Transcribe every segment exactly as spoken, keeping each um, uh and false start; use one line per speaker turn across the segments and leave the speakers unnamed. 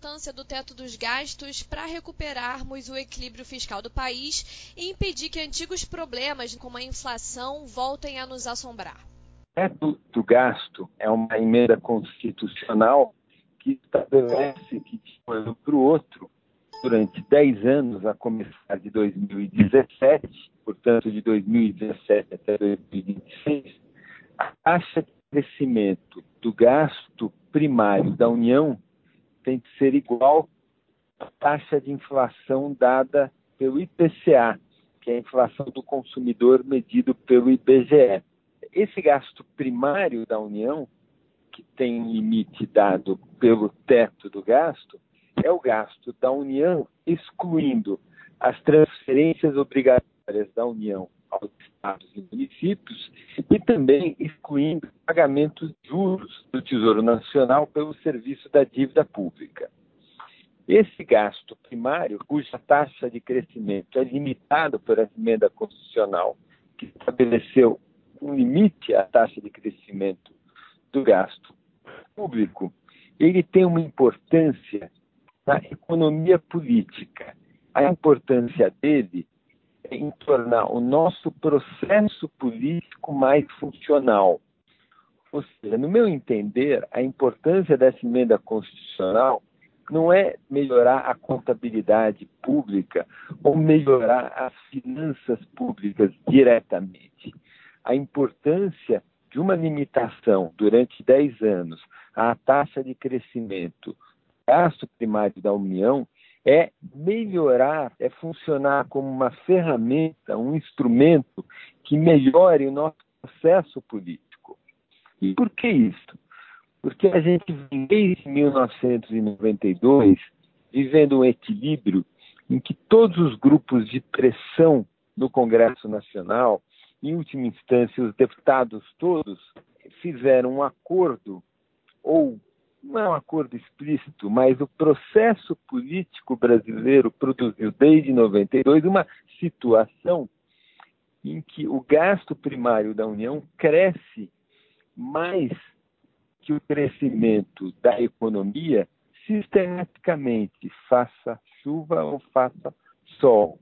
importância do teto dos gastos para recuperarmos o equilíbrio fiscal do país e impedir que antigos problemas, como a inflação, voltem a nos assombrar.
O teto do gasto é uma emenda constitucional que estabelece que, de um ano para o outro, durante dez anos, a começar de dois mil e dezessete, portanto, de dois mil e dezessete até dois mil e vinte e seis, a taxa de crescimento do gasto primário da União tem que ser igual à taxa de inflação dada pelo I P C A, que é a inflação do consumidor medido pelo I B G E. Esse gasto primário da União, que tem um limite dado pelo teto do gasto, é o gasto da União excluindo as transferências obrigatórias da União aos estados e municípios e também excluindo pagamentos de juros do Tesouro Nacional pelo serviço da dívida pública. Esse gasto primário, cuja taxa de crescimento é limitado por essa emenda constitucional que estabeleceu um limite à taxa de crescimento do gasto público, ele tem uma importância na economia política. A importância dele é em tornar o nosso processo político mais funcional. Ou seja, no meu entender, a importância dessa emenda constitucional não é melhorar a contabilidade pública ou melhorar as finanças públicas diretamente. A importância de uma limitação durante dez anos à taxa de crescimento do gasto primário da União é melhorar, é funcionar como uma ferramenta, um instrumento que melhore o nosso processo político. E por que isso? Porque a gente vem desde mil novecentos e noventa e dois vivendo um equilíbrio em que todos os grupos de pressão no Congresso Nacional, em última instância os deputados todos, fizeram um acordo, ou não é um acordo explícito, mas o processo político brasileiro produziu desde noventa e dois uma situação em que o gasto primário da União cresce mais que o crescimento da economia sistematicamente, faça chuva ou faça sol.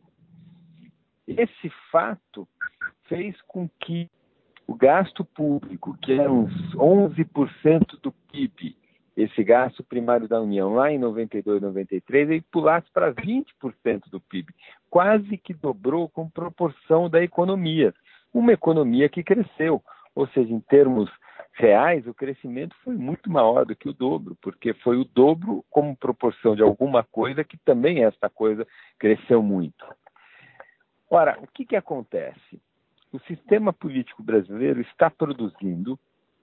Esse fato fez com que o gasto público, que era uns onze por cento do P I B, esse gasto primário da União, lá em noventa e dois, noventa e três, ele pulasse para vinte por cento do P I B. Quase que dobrou com proporção da economia. Uma economia que cresceu, ou seja, em termos reais, o crescimento foi muito maior do que o dobro, porque foi o dobro como proporção de alguma coisa que também essa coisa cresceu muito. Ora, o que que acontece? O sistema político brasileiro está produzindo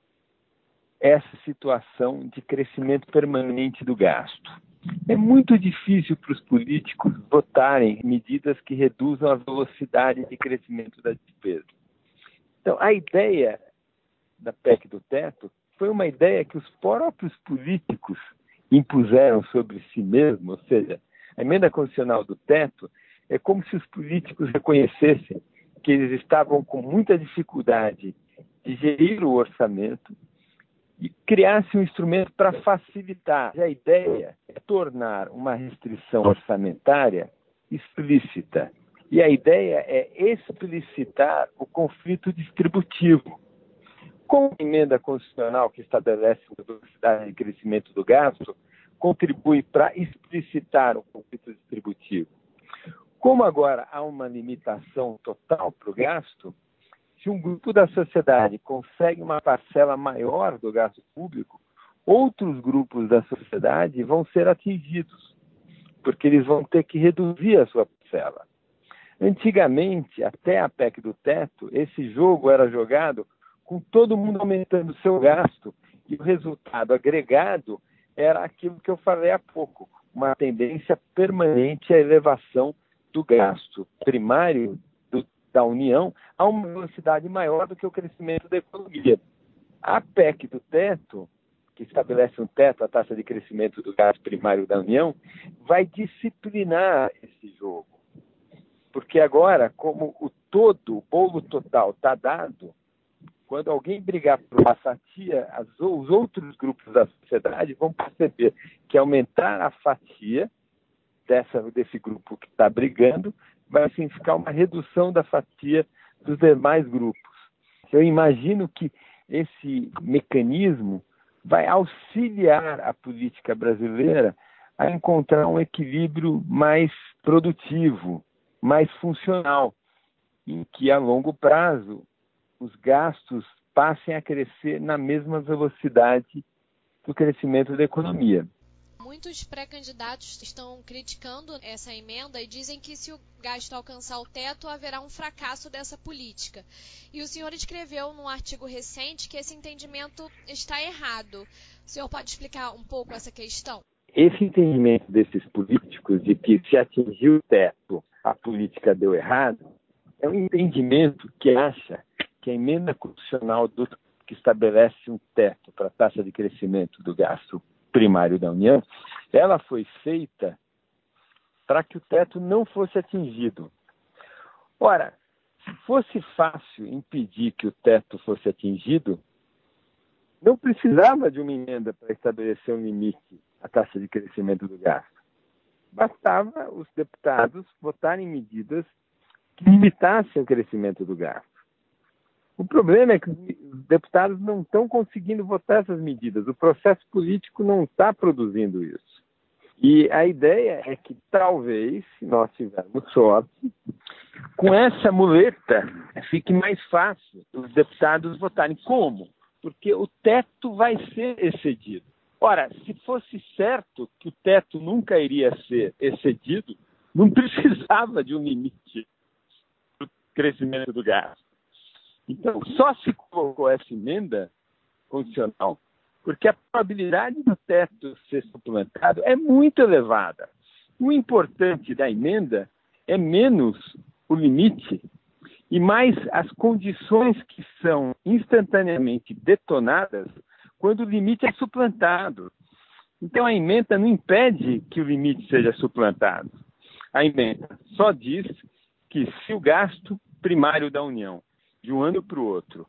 essa situação de crescimento permanente do gasto. É muito difícil para os políticos votarem medidas que reduzam a velocidade de crescimento da despesa. Então, a ideia da P E C do teto foi uma ideia que os próprios políticos impuseram sobre si mesmos, ou seja, a emenda constitucional do teto é como se os políticos reconhecessem que eles estavam com muita dificuldade de gerir o orçamento e criassem um instrumento para facilitar. A ideia é tornar uma restrição orçamentária explícita. E a ideia é explicitar o conflito distributivo. Com a emenda constitucional que estabelece a velocidade de crescimento do gasto, contribui para explicitar o conflito distributivo. Como agora há uma limitação total para o gasto, se um grupo da sociedade consegue uma parcela maior do gasto público, outros grupos da sociedade vão ser atingidos, porque eles vão ter que reduzir a sua parcela. Antigamente, até a P E C do teto, esse jogo era jogado com todo mundo aumentando o seu gasto, e o resultado agregado era aquilo que eu falei há pouco, uma tendência permanente à elevação do gasto primário do, da União a uma velocidade maior do que o crescimento da economia. A P E C do teto, que estabelece um teto à taxa de crescimento do gasto primário da União, vai disciplinar esse jogo. Porque agora, como o todo, o bolo total está dado, Quando alguém brigar por uma fatia, as, os outros grupos da sociedade vão perceber que aumentar a fatia dessa, desse grupo que está brigando vai significar uma redução da fatia dos demais grupos. Eu imagino que esse mecanismo vai auxiliar a política brasileira a encontrar um equilíbrio mais produtivo, mais funcional, em que a longo prazo os gastos passem a crescer na mesma velocidade do crescimento da economia.
Muitos pré-candidatos estão criticando essa emenda e dizem que se o gasto alcançar o teto, haverá um fracasso dessa política. E o senhor escreveu num artigo recente que esse entendimento está errado. O senhor pode explicar um pouco essa questão?
Esse entendimento desses políticos de que se atingiu o teto, a política deu errado, é um entendimento que acha que a emenda constitucional do, que estabelece um teto para a taxa de crescimento do gasto primário da União, ela foi feita para que o teto não fosse atingido. Ora, se fosse fácil impedir que o teto fosse atingido, não precisava de uma emenda para estabelecer um limite à taxa de crescimento do gasto. Bastava os deputados votarem medidas que limitassem o crescimento do gasto. O problema é que os deputados não estão conseguindo votar essas medidas. O processo político não está produzindo isso. E a ideia é que talvez, se nós tivermos sorte, com essa muleta fique mais fácil os deputados votarem. Como? Porque o teto vai ser excedido. Ora, se fosse certo que o teto nunca iria ser excedido, não precisava de um limite para o crescimento do gasto. Então, só se colocou essa emenda constitucional porque a probabilidade do teto ser suplantado é muito elevada. O importante da emenda é menos o limite e mais as condições que são instantaneamente detonadas quando o limite é suplantado. Então, a emenda não impede que o limite seja suplantado. A emenda só diz que se o gasto primário da União de um ano para o outro,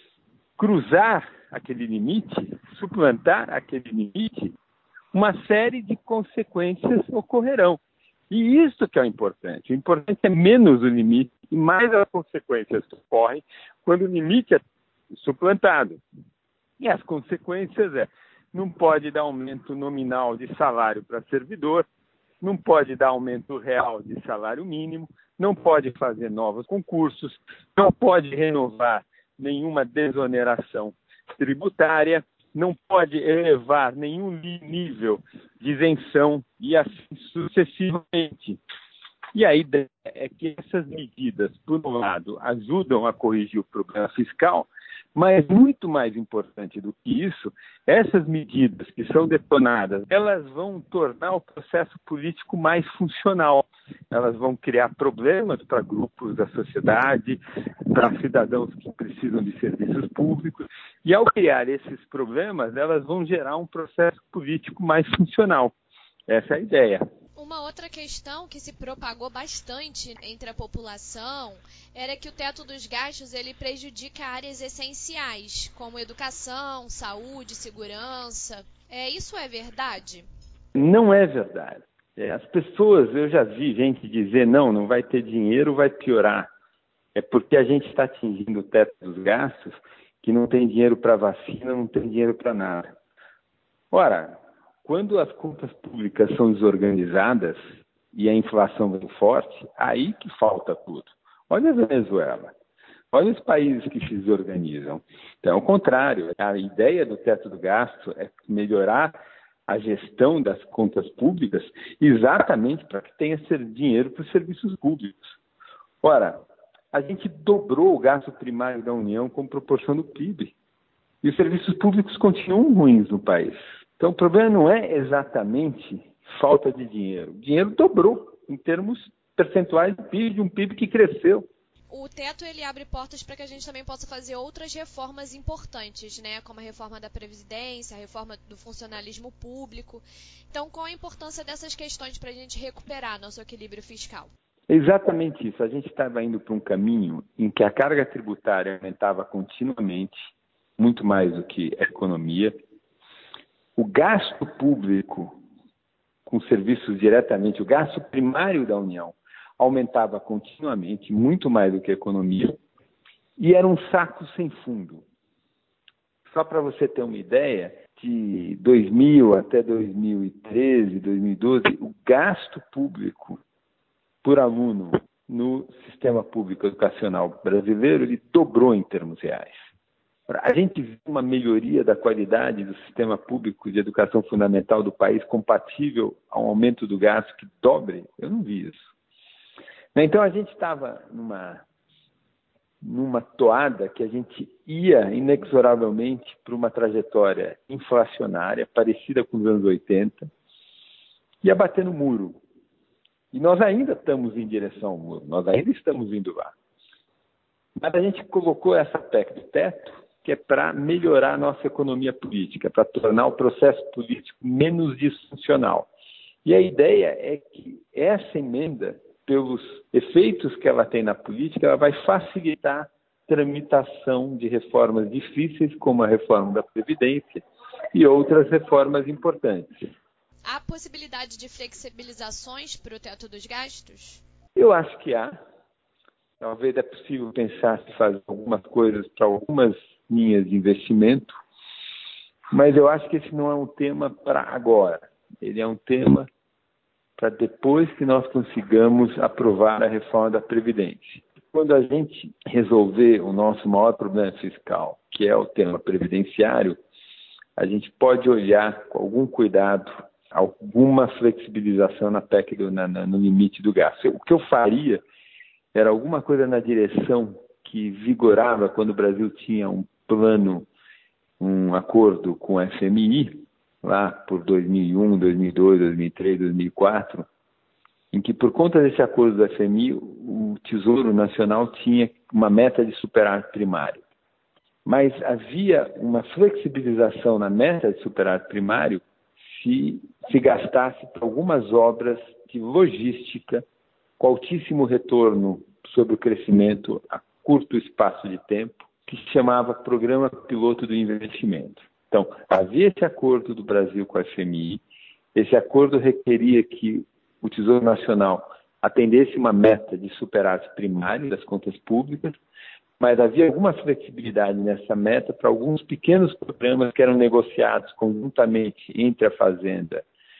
cruzar aquele limite, suplantar aquele limite, uma série de consequências ocorrerão. E isso que é o importante. O importante é menos o limite e mais as consequências que ocorrem quando o limite é suplantado. E as consequências é, não pode dar aumento nominal de salário para servidor, não pode dar aumento real de salário mínimo, não pode fazer novos concursos, não pode renovar nenhuma desoneração tributária, não pode elevar nenhum nível de isenção e assim sucessivamente. E a ideia é que essas medidas, por um lado, ajudam a corrigir o problema fiscal, mas muito mais importante do que isso, essas medidas que são detonadas, elas vão tornar o processo político mais funcional. Elas vão criar problemas para grupos da sociedade, para cidadãos que precisam de serviços públicos, e ao criar esses problemas, elas vão gerar um processo político mais funcional. Essa é a ideia.
Uma outra questão que se propagou bastante entre a população era que o teto dos gastos ele prejudica áreas essenciais, como educação, saúde, segurança. É, isso é verdade?
Não é verdade. É, as pessoas, eu já vi gente dizer, não, não vai ter dinheiro, vai piorar. É porque a gente está atingindo o teto dos gastos que não tem dinheiro para vacina, não tem dinheiro para nada. Ora, quando as contas públicas são desorganizadas e a inflação vem forte, aí que falta tudo. Olha a Venezuela, olha os países que se desorganizam. Então, ao contrário, a ideia do teto do gasto é melhorar a gestão das contas públicas exatamente para que tenha dinheiro para os serviços públicos. Ora, a gente dobrou o gasto primário da União como proporção do P I B. E os serviços públicos continuam ruins no país. Então, o problema não é exatamente falta de dinheiro. O dinheiro dobrou em termos percentuais do P I B, de um P I B que cresceu.
O teto ele abre portas para que a gente também possa fazer outras reformas importantes, né? Como a reforma da Previdência, a reforma do funcionalismo público. Então, qual a importância dessas questões para a gente recuperar nosso equilíbrio fiscal?
Exatamente isso. A gente estava indo para um caminho em que a carga tributária aumentava continuamente, muito mais do que a economia. O gasto público com serviços diretamente, o gasto primário da União, aumentava continuamente, muito mais do que a economia, e era um saco sem fundo. Só para você ter uma ideia, de dois mil até dois mil e treze, dois mil e doze, o gasto público por aluno no sistema público educacional brasileiro, ele dobrou em termos reais. A gente viu uma melhoria da qualidade do sistema público de educação fundamental do país compatível a um aumento do gasto que dobre? Eu não vi isso. Então a gente estava numa, numa toada que a gente ia inexoravelmente para uma trajetória inflacionária parecida com os anos oitenta, ia bater no muro. E nós ainda estamos em direção ao muro, nós ainda estamos indo lá. Mas a gente colocou essa P E C do teto, que é para melhorar a nossa economia política, para tornar o processo político menos disfuncional. E a ideia é que essa emenda, pelos efeitos que ela tem na política, ela vai facilitar a tramitação de reformas difíceis, como a reforma da Previdência e outras reformas importantes.
Há possibilidade de flexibilizações para o teto dos gastos?
Eu acho que há. Talvez é possível pensar se fazer algumas coisas para algumas linhas de investimento, mas eu acho que esse não é um tema para agora. Ele é um tema para depois que nós consigamos aprovar a reforma da Previdência. Quando a gente resolver o nosso maior problema fiscal, que é o tema previdenciário, a gente pode olhar com algum cuidado alguma flexibilização na P E C, do, na, no limite do gasto. O que eu faria era alguma coisa na direção que vigorava quando o Brasil tinha um plano, um acordo com o F M I, lá por dois mil e um, dois mil e dois, dois mil e três, dois mil e quatro, em que por conta desse acordo do F M I, o Tesouro Nacional tinha uma meta de superávit primário. Mas havia uma flexibilização na meta de superávit primário se se gastasse para algumas obras de logística com altíssimo retorno sobre o crescimento a curto espaço de tempo, que se chamava Programa Piloto do Investimento. Então, havia esse acordo do Brasil com a F M I, esse acordo requeria que o Tesouro Nacional atendesse uma meta de superávit primário das contas públicas, mas havia alguma flexibilidade nessa meta para alguns pequenos programas que eram negociados conjuntamente entre a Fazenda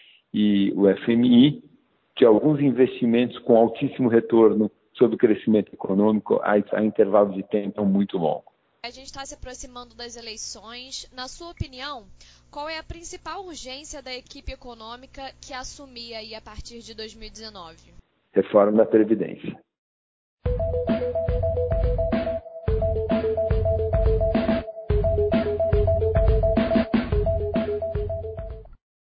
e o F M I, de alguns investimentos com altíssimo retorno sobre o crescimento econômico a, a intervalo de tempo muito longo.
A gente está se aproximando das eleições. Na sua opinião, qual é a principal urgência da equipe econômica que assumir aí a partir de dois mil e dezenove?
Reforma da Previdência.